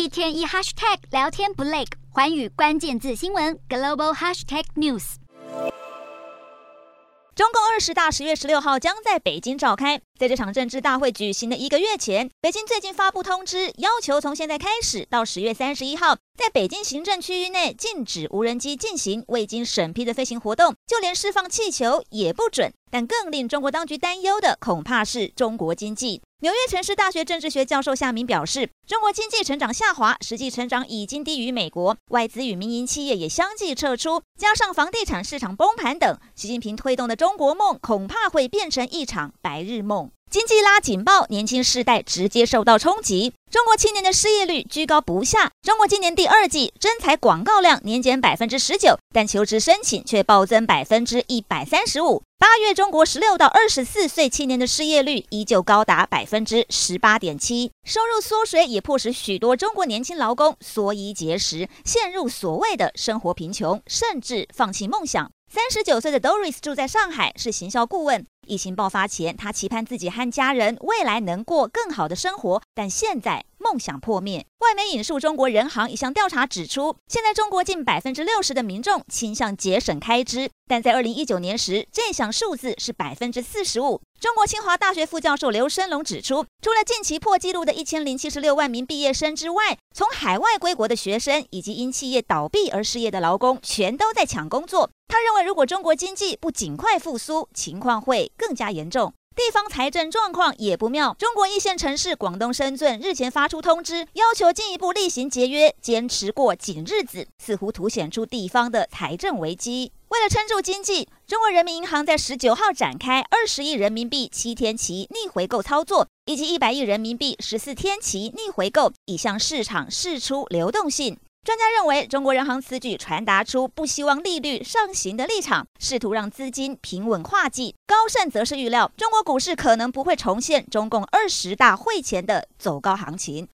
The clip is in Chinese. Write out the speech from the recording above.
一天一 hashtag 聊天不累，寰宇关键字新闻 global hashtag news。 中共20大10月16号将在北京召开。在这场政治大会举行的1个月前，北京最近发布通知，要求从现在开始到10月31号，在北京行政区域内禁止无人机进行未经审批的飞行活动，就连释放气球也不准。但更令中国当局担忧的，恐怕是中国经济。纽约城市大学政治学教授夏明表示，中国经济成长下滑，实际成长已经低于美国，外资与民营企业也相继撤出，加上房地产市场崩盘等，习近平推动的中国梦恐怕会变成一场白日梦。经济拉警报，年轻世代直接受到冲击。中国青年的失业率居高不下。中国今年第2季征才广告量年减19%，但求职申请却暴增135%。8月，中国16到24岁青年的失业率依旧高达18.7%，收入缩水也迫使许多中国年轻劳工缩衣节食，陷入所谓的生活贫穷，甚至放弃梦想。39岁的 Doris 住在上海，是行销顾问。疫情爆发前，他期盼自己和家人未来能过更好的生活，但现在梦想破灭。外媒引述中国人行一项调查指出，现在中国近60%的民众倾向节省开支，但在2019年时，这项数字是45%。中国清华大学副教授刘升龙指出，除了近期破纪录的1076万名毕业生之外，从海外归国的学生以及因企业倒闭而失业的劳工，全都在抢工作。他认为，如果中国经济不尽快复苏，情况会更加严重。地方财政状况也不妙，中国一线城市广东深圳日前发出通知，要求进一步厉行节约，坚持过紧日子，似乎凸显出地方的财政危机。为了撑住经济，中国人民银行在19号展开20亿人民币7天期逆回购操作，以及100亿人民币14天期逆回购，以向市场释出流动性。专家认为，中国人行此举传达出不希望利率上行的立场，试图让资金平稳化季。高盛则是预料，中国股市可能不会重现中共20大会前的走高行情。